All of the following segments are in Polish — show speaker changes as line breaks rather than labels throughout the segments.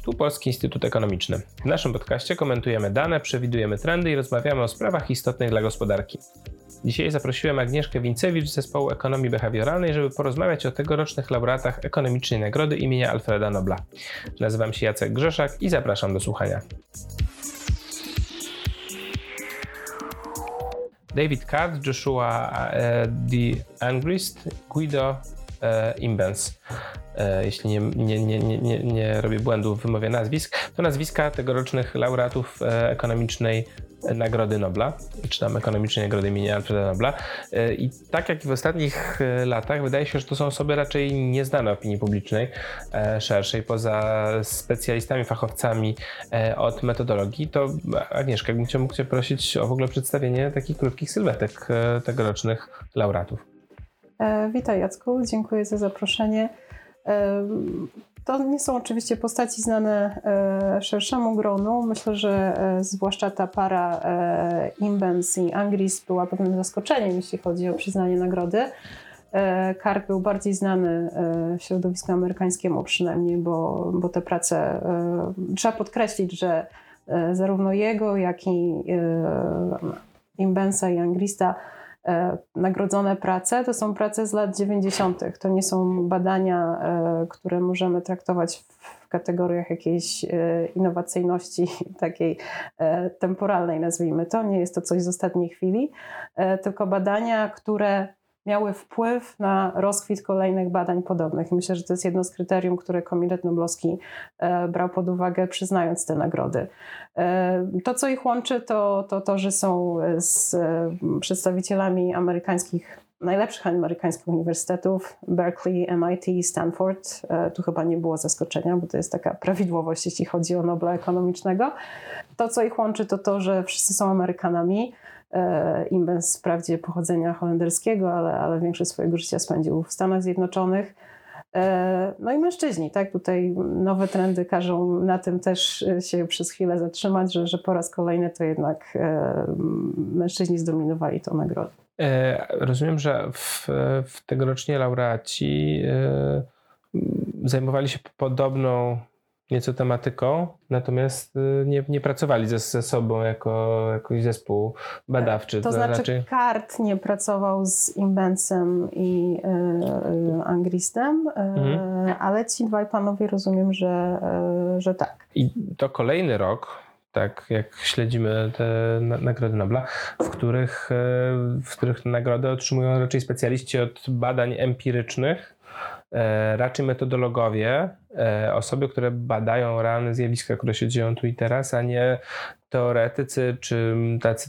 Tu Polski Instytut Ekonomiczny. W naszym podcaście komentujemy dane, przewidujemy trendy i rozmawiamy o sprawach istotnych dla gospodarki. Dzisiaj zaprosiłem Agnieszkę Wincewicz z Zespołu Ekonomii Behawioralnej, żeby porozmawiać o tegorocznych laureatach Ekonomicznej Nagrody imienia Alfreda Nobla. Nazywam się Jacek Grzeszak i zapraszam do słuchania. David Card, Joshua de Angrist, Guido Imbens. Jeśli nie robię błędów w wymowie nazwisk, to nazwiska tegorocznych laureatów Ekonomicznej Nagrody Nobla, czy tam Ekonomicznej Nagrody imienia Alfreda Nobla. I tak jak w ostatnich latach, wydaje się, że to są osoby raczej nieznane opinii publicznej szerszej, poza specjalistami, fachowcami od metodologii. To Agnieszka, jakbym mógł Cię prosić o w ogóle przedstawienie takich krótkich sylwetek tegorocznych laureatów.
Witaj Jacku, dziękuję za zaproszenie. To nie są oczywiście postaci znane szerszemu gronu. Myślę, że zwłaszcza ta para Imbens i Angrist była pewnym zaskoczeniem, jeśli chodzi o przyznanie nagrody. Card był bardziej znany środowisku amerykańskiemu przynajmniej, bo te prace, trzeba podkreślić, że zarówno jego, jak i Imbensa i Angrista nagrodzone prace to są prace z lat 90. To nie są badania, które możemy traktować w kategoriach jakiejś innowacyjności takiej temporalnej, nazwijmy to. Nie jest to coś z ostatniej chwili, tylko badania, które miały wpływ na rozkwit kolejnych badań podobnych. I myślę, że to jest jedno z kryterium, które Komitet Noblowski brał pod uwagę, przyznając te nagrody. To, co ich łączy, to że są z przedstawicielami najlepszych amerykańskich uniwersytetów, Berkeley, MIT, Stanford. Tu chyba nie było zaskoczenia, bo to jest taka prawidłowość, jeśli chodzi o Nobla ekonomicznego. To, co ich łączy, to że wszyscy są Amerykanami. Imbens wprawdzie pochodzenia holenderskiego, ale większość swojego życia spędził w Stanach Zjednoczonych. No i mężczyźni, tak? Tutaj nowe trendy każą na tym też się przez chwilę zatrzymać, że po raz kolejny to jednak mężczyźni zdominowali tę nagrodę.
Rozumiem, że w tegoroczni laureaci zajmowali się podobną nieco tematyką, natomiast nie pracowali ze sobą jako jakiś zespół badawczy.
To znaczy Card nie pracował z Imbensem i Angristem, ale ci dwaj panowie rozumiem, że tak.
I to kolejny rok, tak jak śledzimy te nagrody Nobla, w których nagrody otrzymują raczej specjaliści od badań empirycznych, raczej metodologowie, osoby, które badają realne zjawiska, które się dzieją tu i teraz, a nie teoretycy czy tacy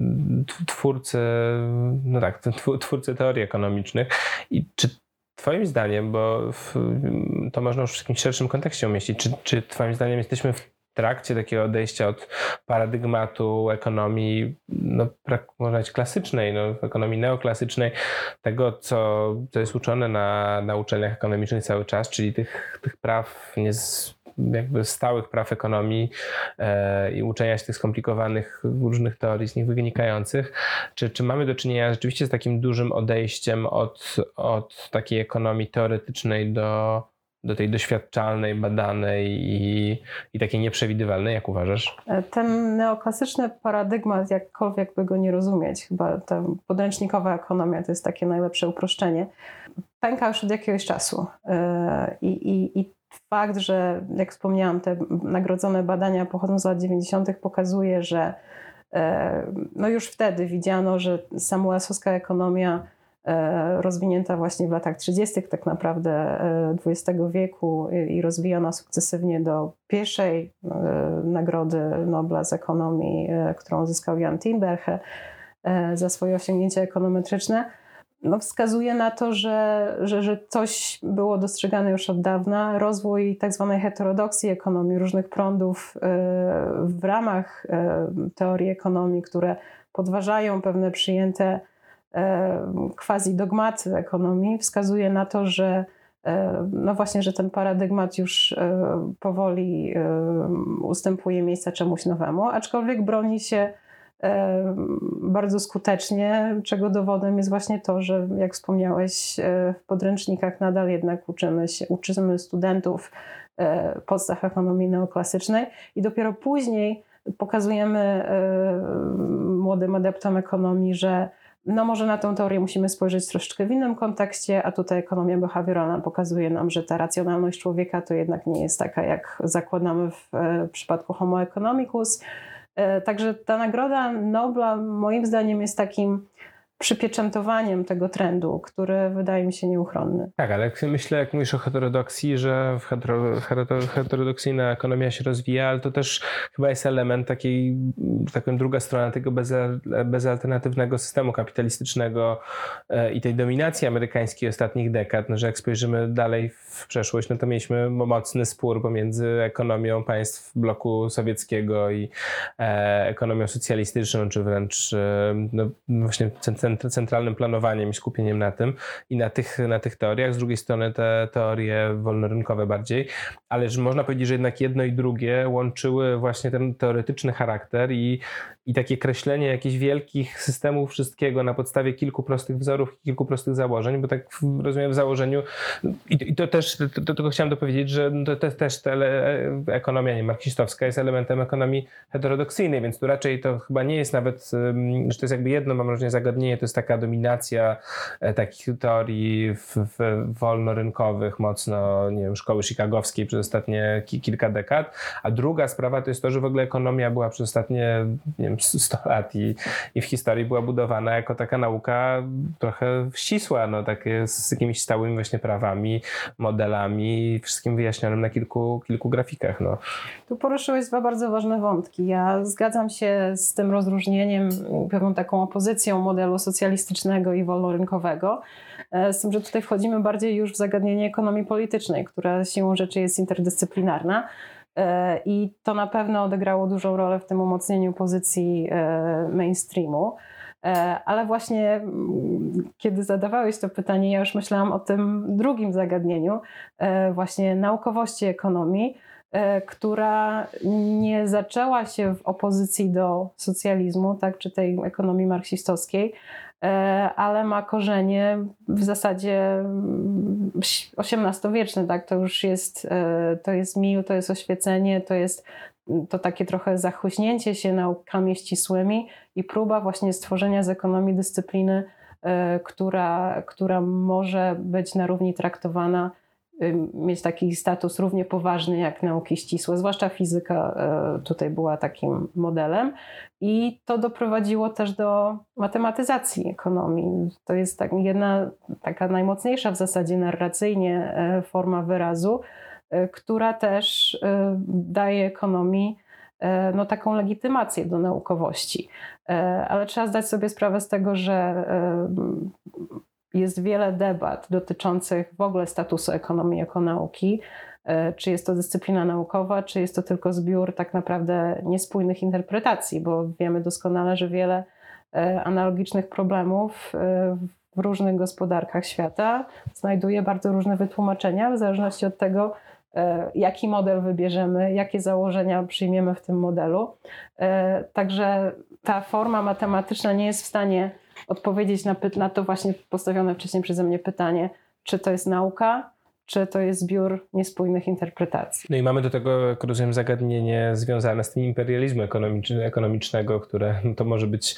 twórcy teorii ekonomicznych. I czy twoim zdaniem, bo to można już w jakimś szerszym kontekście umieścić, czy twoim zdaniem jesteśmy w trakcie takiego odejścia od paradygmatu ekonomii, można powiedzieć klasycznej, ekonomii neoklasycznej, tego, co jest uczone na uczelniach ekonomicznych cały czas, czyli tych praw, jakby stałych praw ekonomii i uczenia się tych skomplikowanych różnych teorii z nich wynikających. Czy mamy do czynienia rzeczywiście z takim dużym odejściem od takiej ekonomii teoretycznej do tej doświadczalnej, badanej i takiej nieprzewidywalnej, jak uważasz?
Ten neoklasyczny paradygmat, jakkolwiek by go nie rozumieć, chyba ta podręcznikowa ekonomia to jest takie najlepsze uproszczenie, pęka już od jakiegoś czasu. I fakt, że jak wspomniałam, te nagrodzone badania pochodzą z lat 90. pokazuje, że już wtedy widziano, że samuelsowska ekonomia rozwinięta właśnie w latach 30. tak naprawdę XX wieku i rozwijana sukcesywnie do pierwszej nagrody Nobla z ekonomii, którą uzyskał Jan Tinbergen za swoje osiągnięcia ekonometryczne, wskazuje na to, że coś było dostrzegane już od dawna. Rozwój tak zwanej heterodoksji ekonomii, różnych prądów w ramach teorii ekonomii, które podważają pewne przyjęte quasi-dogmaty ekonomii, wskazuje na to, że właśnie, że ten paradygmat już powoli ustępuje miejsca czemuś nowemu, aczkolwiek broni się bardzo skutecznie, czego dowodem jest właśnie to, że jak wspomniałeś, w podręcznikach nadal jednak uczymy studentów podstaw ekonomii neoklasycznej i dopiero później pokazujemy młodym adeptom ekonomii, że no może na tę teorię musimy spojrzeć troszeczkę w innym kontekście, a tutaj ekonomia behawioralna pokazuje nam, że ta racjonalność człowieka to jednak nie jest taka, jak zakładamy w przypadku Homo economicus. Także ta nagroda Nobla moim zdaniem jest takim przypieczętowaniem tego trendu, który wydaje mi się nieuchronny.
Tak, ale myślę, jak mówisz o heterodoksji, że heterodoksyjna ekonomia się rozwija, ale to też chyba jest element takiej, tak powiem, druga strona tego bezalternatywnego systemu kapitalistycznego i tej dominacji amerykańskiej ostatnich dekad, no, że jak spojrzymy dalej w przeszłość, no to mieliśmy mocny spór pomiędzy ekonomią państw bloku sowieckiego i ekonomią socjalistyczną, czy wręcz no, właśnie centralnym planowaniem i skupieniem na tym i na tych teoriach. Z drugiej strony te teorie wolnorynkowe bardziej, ale że można powiedzieć, że jednak jedno i drugie łączyły właśnie ten teoretyczny charakter i takie kreślenie jakichś wielkich systemów wszystkiego na podstawie kilku prostych wzorów i kilku prostych założeń, bo tak rozumiem w założeniu i to też, tylko chciałem dopowiedzieć, że to też ekonomia nie marksistowska jest elementem ekonomii heterodoksyjnej, więc tu raczej to chyba nie jest nawet, że to jest jakby jedno, mam wrażenie, zagadnienie, to jest taka dominacja takich teorii wolnorynkowych, mocno, nie wiem, szkoły chicagowskiej przez ostatnie kilka dekad, a druga sprawa to jest to, że w ogóle ekonomia była przez ostatnie, nie wiem, 100 lat i w historii była budowana jako taka nauka trochę ścisła, no takie z jakimiś stałymi właśnie prawami, modelami, wszystkim wyjaśnionym na kilku grafikach. No.
Tu poruszyłeś dwa bardzo ważne wątki. Ja zgadzam się z tym rozróżnieniem, pewną taką opozycją modelu socjalistycznego i wolnorynkowego, z tym, że tutaj wchodzimy bardziej już w zagadnienie ekonomii politycznej, która siłą rzeczy jest interdyscyplinarna. I to na pewno odegrało dużą rolę w tym umocnieniu pozycji mainstreamu. Ale właśnie kiedy zadawałeś to pytanie, ja już myślałam o tym drugim zagadnieniu, właśnie naukowości ekonomii, która nie zaczęła się w opozycji do socjalizmu, tak, czy tej ekonomii marksistowskiej, ale ma korzenie w zasadzie XVIII-wieczne, tak? To już jest, to jest Mill, to jest oświecenie, to takie trochę zachłyśnięcie się naukami ścisłymi i próba właśnie stworzenia z ekonomii dyscypliny, która może być na równi traktowana, mieć taki status równie poważny jak nauki ścisłe, zwłaszcza fizyka tutaj była takim modelem i to doprowadziło też do matematyzacji ekonomii. To jest jedna taka najmocniejsza w zasadzie narracyjnie forma wyrazu, która też daje ekonomii no, taką legitymację do naukowości. Ale trzeba zdać sobie sprawę z tego, że jest wiele debat dotyczących w ogóle statusu ekonomii jako nauki. Czy jest to dyscyplina naukowa, czy jest to tylko zbiór tak naprawdę niespójnych interpretacji, bo wiemy doskonale, że wiele analogicznych problemów w różnych gospodarkach świata znajduje bardzo różne wytłumaczenia w zależności od tego, jaki model wybierzemy, jakie założenia przyjmiemy w tym modelu. Także ta forma matematyczna nie jest w stanie odpowiedzieć na to właśnie postawione wcześniej przeze mnie pytanie, czy to jest nauka, czy to jest zbiór niespójnych interpretacji.
No i mamy do tego, jak rozumiem, zagadnienie związane z tym imperializmu ekonomicznego, które to może być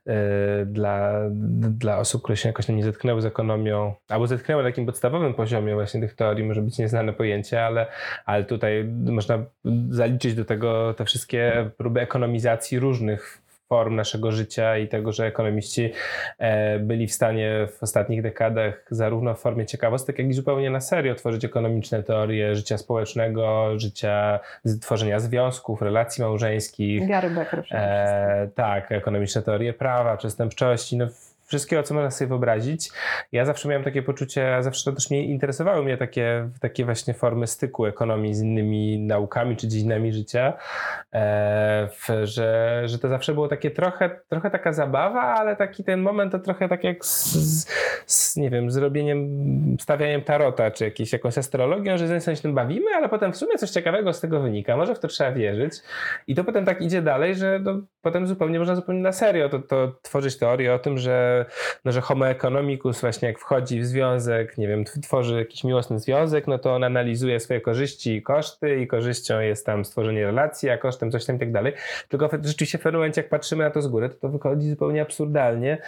dla osób, które się jakoś nie zetknęły z ekonomią, albo zetknęły na takim podstawowym poziomie właśnie tych teorii, może być nieznane pojęcie, ale tutaj można zaliczyć do tego te wszystkie próby ekonomizacji różnych form naszego życia i tego, że ekonomiści byli w stanie w ostatnich dekadach zarówno w formie ciekawostek, jak i zupełnie na serio tworzyć ekonomiczne teorie życia społecznego, tworzenia związków, relacji małżeńskich.
Gary Becker
tak, ekonomiczne teorie prawa, przestępczości, no wszystkiego, co można sobie wyobrazić. Ja zawsze miałem takie poczucie, zawsze to też interesowały mnie takie właśnie formy styku ekonomii z innymi naukami czy dziedzinami życia, że to zawsze było takie trochę taka zabawa, ale taki ten moment to trochę tak jak nie wiem, stawianiem tarota czy jakąś astrologią, że z jednej strony się tym bawimy, ale potem w sumie coś ciekawego z tego wynika, może w to trzeba wierzyć i to potem tak idzie dalej, że potem można zupełnie na serio to tworzyć teorię o tym, że że homo economicus właśnie jak wchodzi w związek, nie wiem, tworzy jakiś miłosny związek, no to on analizuje swoje korzyści i koszty i korzyścią jest tam stworzenie relacji, a kosztem coś tam i tak dalej. Tylko rzeczywiście w pewnym momencie jak patrzymy na to z góry, to wychodzi zupełnie absurdalnie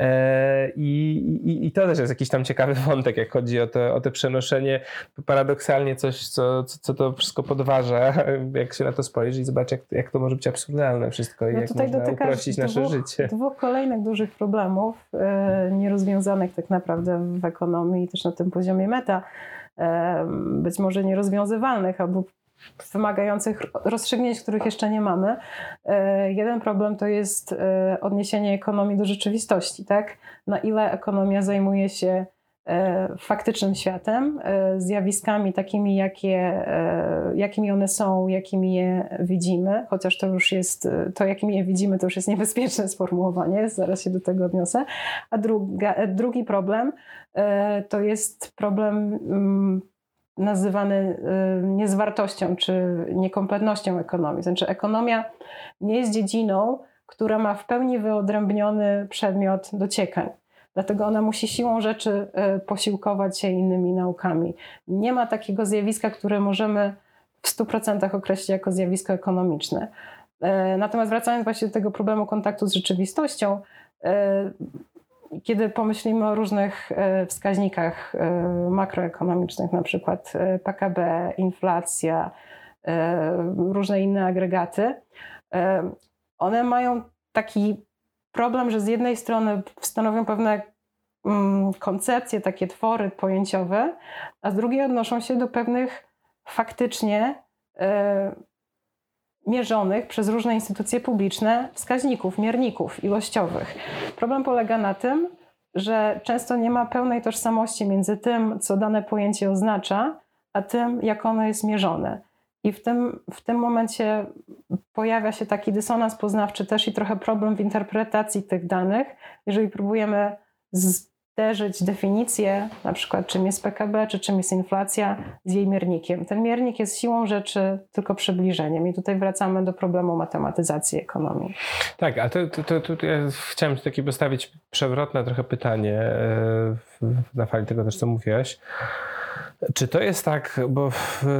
i to też jest jakiś tam ciekawy wątek, jak chodzi o te przenoszenie. Paradoksalnie coś, co to wszystko podważa, jak się na to spojrzy i zobaczy, jak to może być absurdalne wszystko i jak można uprościć nasze życie.
Dwóch kolejnych dużych problemów, nierozwiązanych tak naprawdę w ekonomii i też na tym poziomie meta, być może nierozwiązywalnych albo wymagających rozstrzygnięć, których jeszcze nie mamy. Jeden problem to jest odniesienie ekonomii do rzeczywistości, tak? Na ile ekonomia zajmuje się faktycznym światem, zjawiskami takimi, jakimi one są, jakimi je widzimy, chociaż to już jest, to jakimi je widzimy, to już jest niebezpieczne sformułowanie, zaraz się do tego odniosę. A drugi problem to jest problem nazywany niezwartością czy niekompletnością ekonomii. Znaczy ekonomia nie jest dziedziną, która ma w pełni wyodrębniony przedmiot dociekań. Dlatego ona musi siłą rzeczy posiłkować się innymi naukami. Nie ma takiego zjawiska, które możemy w 100% określić jako zjawisko ekonomiczne. Natomiast wracając właśnie do tego problemu kontaktu z rzeczywistością, kiedy pomyślimy o różnych wskaźnikach makroekonomicznych, na przykład PKB, inflacja, różne inne agregaty, one mają taki problem, że z jednej strony stanowią pewne koncepcje, takie twory pojęciowe, a z drugiej odnoszą się do pewnych faktycznie mierzonych przez różne instytucje publiczne wskaźników, mierników ilościowych. Problem polega na tym, że często nie ma pełnej tożsamości między tym, co dane pojęcie oznacza, a tym, jak ono jest mierzone. I w tym momencie pojawia się taki dysonans poznawczy też i trochę problem w interpretacji tych danych, jeżeli próbujemy zderzyć definicję, na przykład czym jest PKB, czy czym jest inflacja, z jej miernikiem. Ten miernik jest siłą rzeczy tylko przybliżeniem i tutaj wracamy do problemu matematyzacji ekonomii.
Tak, a to ja chciałem takie postawić przewrotne trochę pytanie na fali tego też, co mówiłaś. Czy to jest tak, bo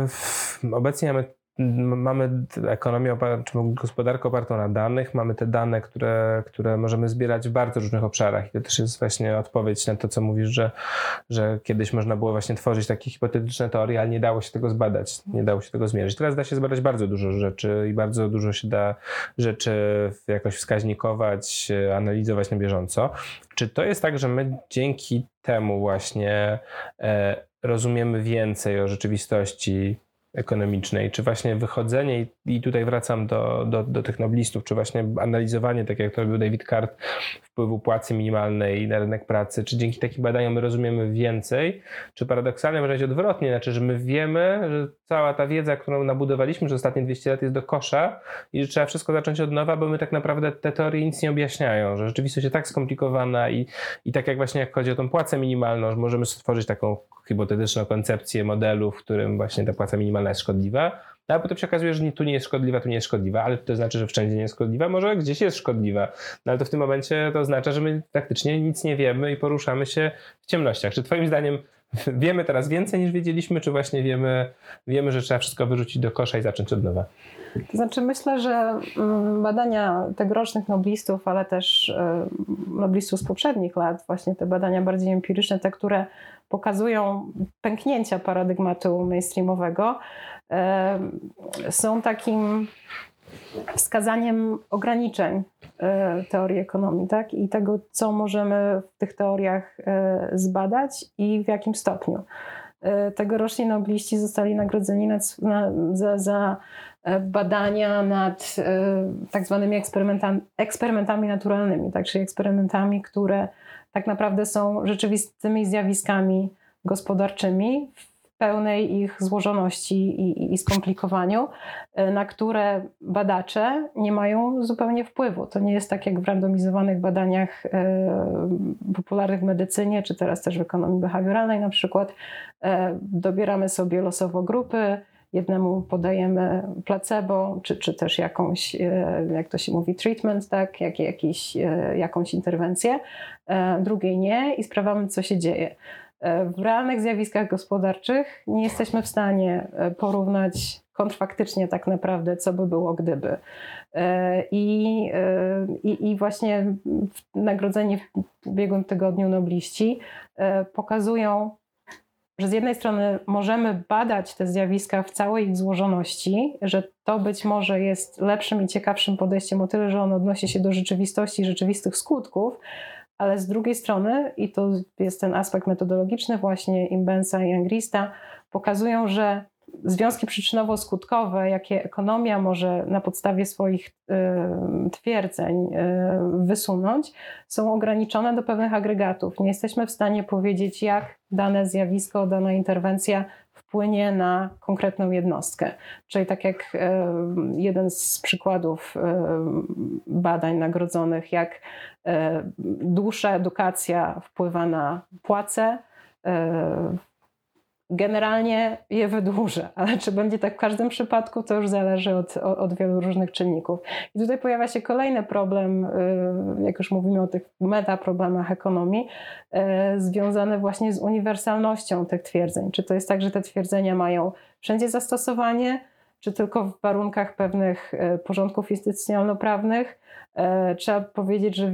obecnie mamy ekonomię, czy gospodarkę opartą na danych, mamy te dane, które możemy zbierać w bardzo różnych obszarach i to też jest właśnie odpowiedź na to, co mówisz, że kiedyś można było właśnie tworzyć takie hipotetyczne teorie, ale nie dało się tego zbadać, nie dało się tego zmierzyć. Teraz da się zbadać bardzo dużo rzeczy i bardzo dużo się da rzeczy jakoś wskaźnikować, analizować na bieżąco. Czy to jest tak, że my dzięki temu właśnie rozumiemy więcej o rzeczywistości ekonomicznej, czy właśnie wychodzenie, i tutaj wracam do tych noblistów, czy właśnie analizowanie, tak jak to robił David Card, wpływu płacy minimalnej na rynek pracy, czy dzięki takim badaniom my rozumiemy więcej, czy paradoksalnie może być odwrotnie, znaczy, że my wiemy, że cała ta wiedza, którą nabudowaliśmy przez ostatnie 200 lat jest do kosza i że trzeba wszystko zacząć od nowa, bo my tak naprawdę te teorie nic nie objaśniają, że rzeczywistość jest tak skomplikowana i tak jak właśnie jak chodzi o tą płacę minimalną, że możemy stworzyć taką hipotetyczną koncepcję modelu, w którym właśnie ta płaca minimalna jest szkodliwa, a potem się okazuje, że tu nie jest szkodliwa, ale to znaczy, że wszędzie nie jest szkodliwa, może gdzieś jest szkodliwa, no ale to w tym momencie to oznacza, że my praktycznie nic nie wiemy i poruszamy się w ciemnościach. Czy twoim zdaniem wiemy teraz więcej niż wiedzieliśmy, czy właśnie wiemy, że trzeba wszystko wyrzucić do kosza i zacząć od nowa?
To znaczy myślę, że badania tegorocznych noblistów, ale też noblistów z poprzednich lat, właśnie te badania bardziej empiryczne, te, które pokazują pęknięcia paradygmatu mainstreamowego, są takim wskazaniem ograniczeń teorii ekonomii, tak? I tego, co możemy w tych teoriach zbadać i w jakim stopniu. Tegoroczni nobliści zostali nagrodzeni za badania nad tak zwanymi eksperymentami naturalnymi, tak? Czyli eksperymentami, które tak naprawdę są rzeczywistymi zjawiskami gospodarczymi w pełnej ich złożoności i skomplikowaniu, na które badacze nie mają zupełnie wpływu. To nie jest tak jak w randomizowanych badaniach popularnych w medycynie, czy teraz też w ekonomii behawioralnej na przykład. Dobieramy sobie losowo grupy jednemu podajemy placebo, czy też jakąś, jak to się mówi, treatment, tak? Jakąś interwencję, drugiej nie i sprawdzamy, co się dzieje. W realnych zjawiskach gospodarczych nie jesteśmy w stanie porównać kontrfaktycznie tak naprawdę, co by było gdyby. I właśnie nagrodzeni w ubiegłym tygodniu nobliści pokazują, że z jednej strony możemy badać te zjawiska w całej ich złożoności, że to być może jest lepszym i ciekawszym podejściem o tyle, że ono odnosi się do rzeczywistości i rzeczywistych skutków, ale z drugiej strony, i to jest ten aspekt metodologiczny właśnie Imbensa i Angrista, pokazują, że związki przyczynowo-skutkowe, jakie ekonomia może na podstawie swoich twierdzeń wysunąć, są ograniczone do pewnych agregatów. Nie jesteśmy w stanie powiedzieć, jak dane zjawisko, dana interwencja wpłynie na konkretną jednostkę. Czyli tak jak jeden z przykładów badań nagrodzonych, jak dłuższa edukacja wpływa na płace, generalnie je wydłuży, ale czy będzie tak w każdym przypadku, to już zależy od wielu różnych czynników. I tutaj pojawia się kolejny problem, jak już mówimy o tych metaproblemach ekonomii, związany właśnie z uniwersalnością tych twierdzeń. Czy to jest tak, że te twierdzenia mają wszędzie zastosowanie, czy tylko w warunkach pewnych porządków instytucjonalno-prawnych? Trzeba powiedzieć, że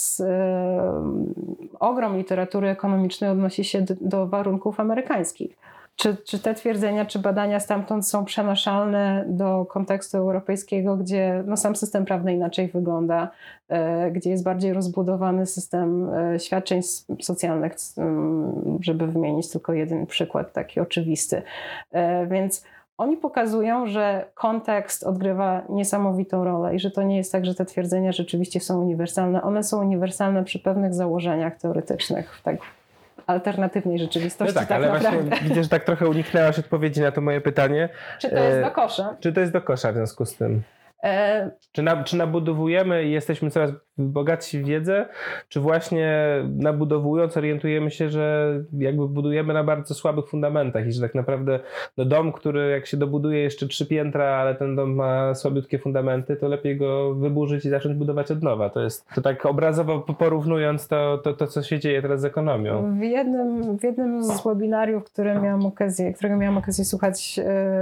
ogrom literatury ekonomicznej odnosi się do warunków amerykańskich. Czy te twierdzenia, czy badania stamtąd są przenaszalne do kontekstu europejskiego, gdzie sam system prawny inaczej wygląda, gdzie jest bardziej rozbudowany system świadczeń socjalnych, żeby wymienić tylko jeden przykład taki oczywisty. Więc oni pokazują, że kontekst odgrywa niesamowitą rolę i że to nie jest tak, że te twierdzenia rzeczywiście są uniwersalne. One są uniwersalne przy pewnych założeniach teoretycznych, w tak alternatywnej rzeczywistości.
No tak, ale naprawdę. Właśnie widzę, że tak trochę uniknęłaś odpowiedzi na to moje pytanie.
Czy to jest do kosza?
Czy to jest do kosza w związku z tym? Czy nabudowujemy i jesteśmy coraz bogatsi w wiedzę, czy właśnie nabudowując orientujemy się, że jakby budujemy na bardzo słabych fundamentach i że tak naprawdę dom, który jak się dobuduje jeszcze 3 piętra, ale ten dom ma słabiutkie fundamenty, to lepiej go wyburzyć i zacząć budować od nowa. To tak obrazowo porównując to co się dzieje teraz z ekonomią.
W jednym z webinariów, którego miałam okazję słuchać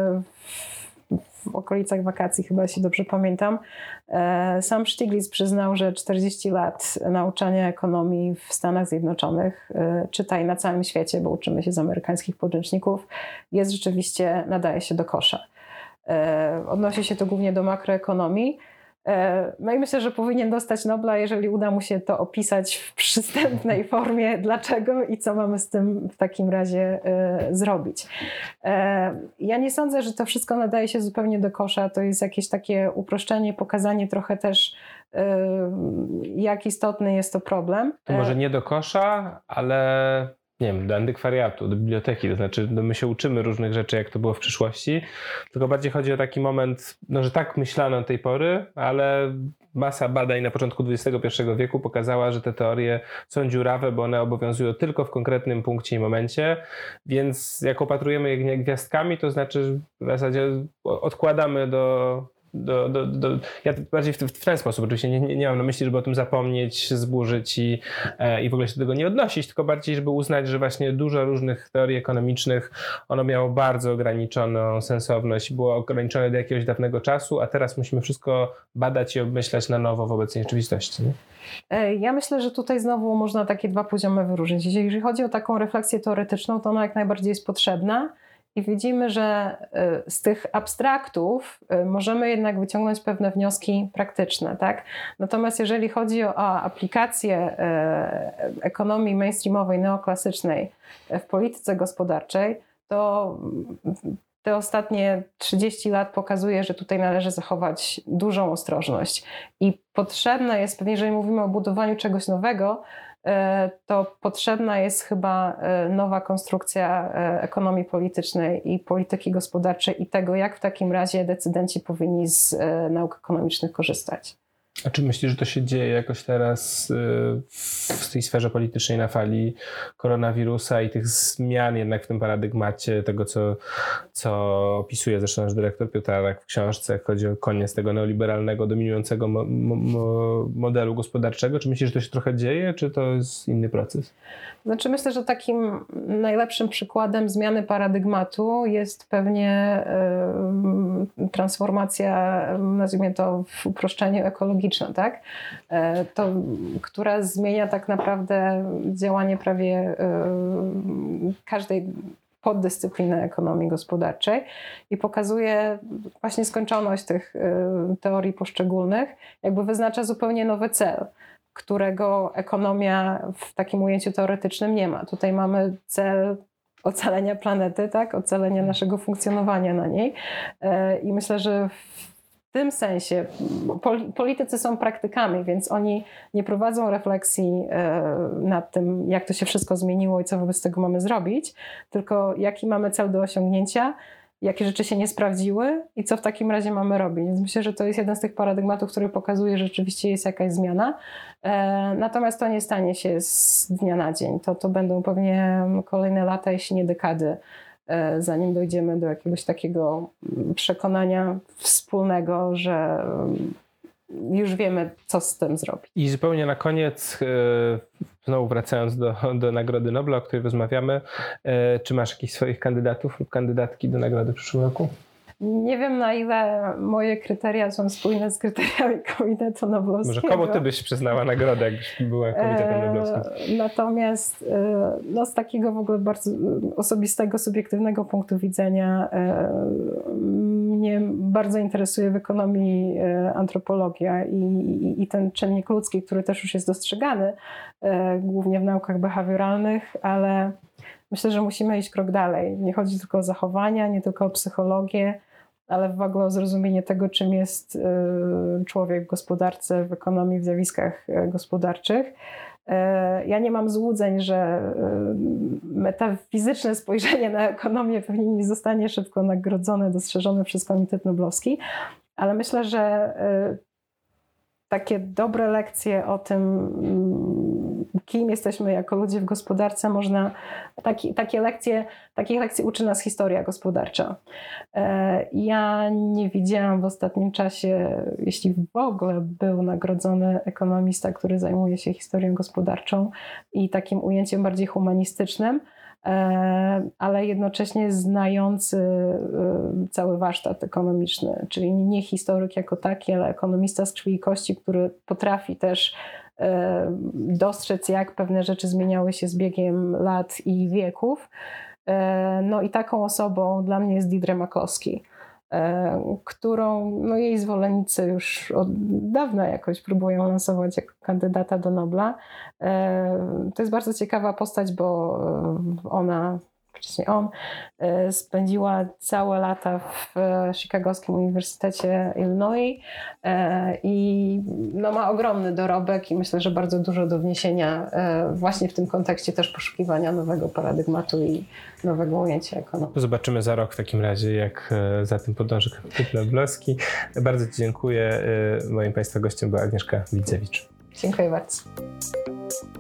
w okolicach wakacji, chyba się dobrze pamiętam, sam Stiglitz przyznał, że 40 lat nauczania ekonomii w Stanach Zjednoczonych, czytaj na całym świecie, bo uczymy się z amerykańskich podręczników, nadaje się do kosza. Odnosi się to głównie do makroekonomii. No i myślę, że powinien dostać Nobla, jeżeli uda mu się to opisać w przystępnej formie, dlaczego i co mamy z tym w takim razie zrobić. Ja nie sądzę, że to wszystko nadaje się zupełnie do kosza. To jest jakieś takie uproszczenie, pokazanie trochę też, jak istotny jest to problem.
To może nie do kosza, ale nie wiem, do antykwariatu, do biblioteki, to znaczy my się uczymy różnych rzeczy, jak to było w przyszłości, tylko bardziej chodzi o taki moment, że tak myślano do tej pory, ale masa badań na początku XXI wieku pokazała, że te teorie są dziurawe, bo one obowiązują tylko w konkretnym punkcie i momencie, więc jak opatrujemy je gwiazdkami, to znaczy w zasadzie odkładamy ja bardziej w ten sposób, oczywiście nie mam na myśli, żeby o tym zapomnieć, zburzyć i w ogóle się do tego nie odnosić, tylko bardziej, żeby uznać, że właśnie dużo różnych teorii ekonomicznych, ono miało bardzo ograniczoną sensowność i było ograniczone do jakiegoś dawnego czasu, a teraz musimy wszystko badać i obmyślać na nowo w obecnej rzeczywistości. Nie?
Ja myślę, że tutaj znowu można takie 2 poziomy wyróżnić. Jeżeli chodzi o taką refleksję teoretyczną, to ona jak najbardziej jest potrzebna. I widzimy, że z tych abstraktów możemy jednak wyciągnąć pewne wnioski praktyczne, tak? Natomiast jeżeli chodzi o aplikację ekonomii mainstreamowej, neoklasycznej w polityce gospodarczej, to te ostatnie 30 lat pokazuje, że tutaj należy zachować dużą ostrożność. I potrzebne jest, pewnie jeżeli mówimy o budowaniu czegoś nowego, to potrzebna jest chyba nowa konstrukcja ekonomii politycznej i polityki gospodarczej i tego, jak w takim razie decydenci powinni z nauk ekonomicznych korzystać.
A czy myślisz, że to się dzieje jakoś teraz w tej sferze politycznej na fali koronawirusa i tych zmian jednak w tym paradygmacie tego, co opisuje zresztą nasz dyrektor Piotrek w książce, jak chodzi o koniec tego neoliberalnego, dominującego modelu gospodarczego? Czy myślisz, że to się trochę dzieje, czy to jest inny proces?
Znaczy myślę, że takim najlepszym przykładem zmiany paradygmatu jest pewnie transformacja, nazwijmy to w uproszczeniu, ekologiczne, tak? Która zmienia tak naprawdę działanie prawie każdej poddyscypliny ekonomii gospodarczej i pokazuje właśnie skończoność tych teorii poszczególnych, jakby wyznacza zupełnie nowy cel, którego ekonomia w takim ujęciu teoretycznym nie ma. Tutaj mamy cel ocalenia planety, tak? Ocalenia naszego funkcjonowania na niej. I myślę, że w tym sensie politycy są praktykami, więc oni nie prowadzą refleksji nad tym, jak to się wszystko zmieniło i co wobec tego mamy zrobić, tylko jaki mamy cel do osiągnięcia, jakie rzeczy się nie sprawdziły i co w takim razie mamy robić. Więc myślę, że to jest jeden z tych paradygmatów, który pokazuje, że rzeczywiście jest jakaś zmiana. Natomiast to nie stanie się z dnia na dzień. To będą pewnie kolejne lata, jeśli nie dekady, zanim dojdziemy do jakiegoś takiego przekonania wspólnego, że już wiemy, co z tym zrobić.
I zupełnie na koniec, znowu wracając do Nagrody Nobla, o której rozmawiamy, czy masz jakichś swoich kandydatów lub kandydatki do nagrody w przyszłym roku?
Nie wiem, na ile moje kryteria są spójne z kryteriami Komitetu Noblowskiego.
Może komu ty byś przyznała nagrodę, jakbyś była Komitetem Noblowskim?
Natomiast z takiego w ogóle bardzo osobistego, subiektywnego punktu widzenia mnie bardzo interesuje w ekonomii antropologia i ten czynnik ludzki, który też już jest dostrzegany, głównie w naukach behawioralnych, ale myślę, że musimy iść krok dalej. Nie chodzi tylko o zachowania, nie tylko o psychologię, ale w ogóle o zrozumienie tego, czym jest człowiek w gospodarce, w ekonomii, w zjawiskach gospodarczych. Ja nie mam złudzeń, że metafizyczne spojrzenie na ekonomię pewnie nie zostanie szybko nagrodzone, dostrzeżone przez Komitet Noblowski, ale myślę, że takie dobre lekcje o tym, kim jesteśmy jako ludzie w gospodarce, można, takich lekcji uczy nas historia gospodarcza. Ja nie widziałam w ostatnim czasie, jeśli w ogóle był nagrodzony ekonomista, który zajmuje się historią gospodarczą i takim ujęciem bardziej humanistycznym, ale jednocześnie znający cały warsztat ekonomiczny, czyli nie historyk jako taki, ale ekonomista z krwi i kości, który potrafi też dostrzec, jak pewne rzeczy zmieniały się z biegiem lat i wieków. No i taką osobą dla mnie jest Deirdre McCloskey, którą jej zwolennicy już od dawna jakoś próbują lansować jako kandydata do Nobla. To jest bardzo ciekawa postać, bo wcześniej on spędziła całe lata w Chicagowskim Uniwersytecie Illinois i ma ogromny dorobek i myślę, że bardzo dużo do wniesienia właśnie w tym kontekście też poszukiwania nowego paradygmatu i nowego ujęcia ekonomii.
Zobaczymy za rok w takim razie, jak za tym podąży Komitet Noblowski. Bardzo Ci dziękuję. Moim Państwa gościem była Agnieszka Widzewicz.
Dziękuję bardzo.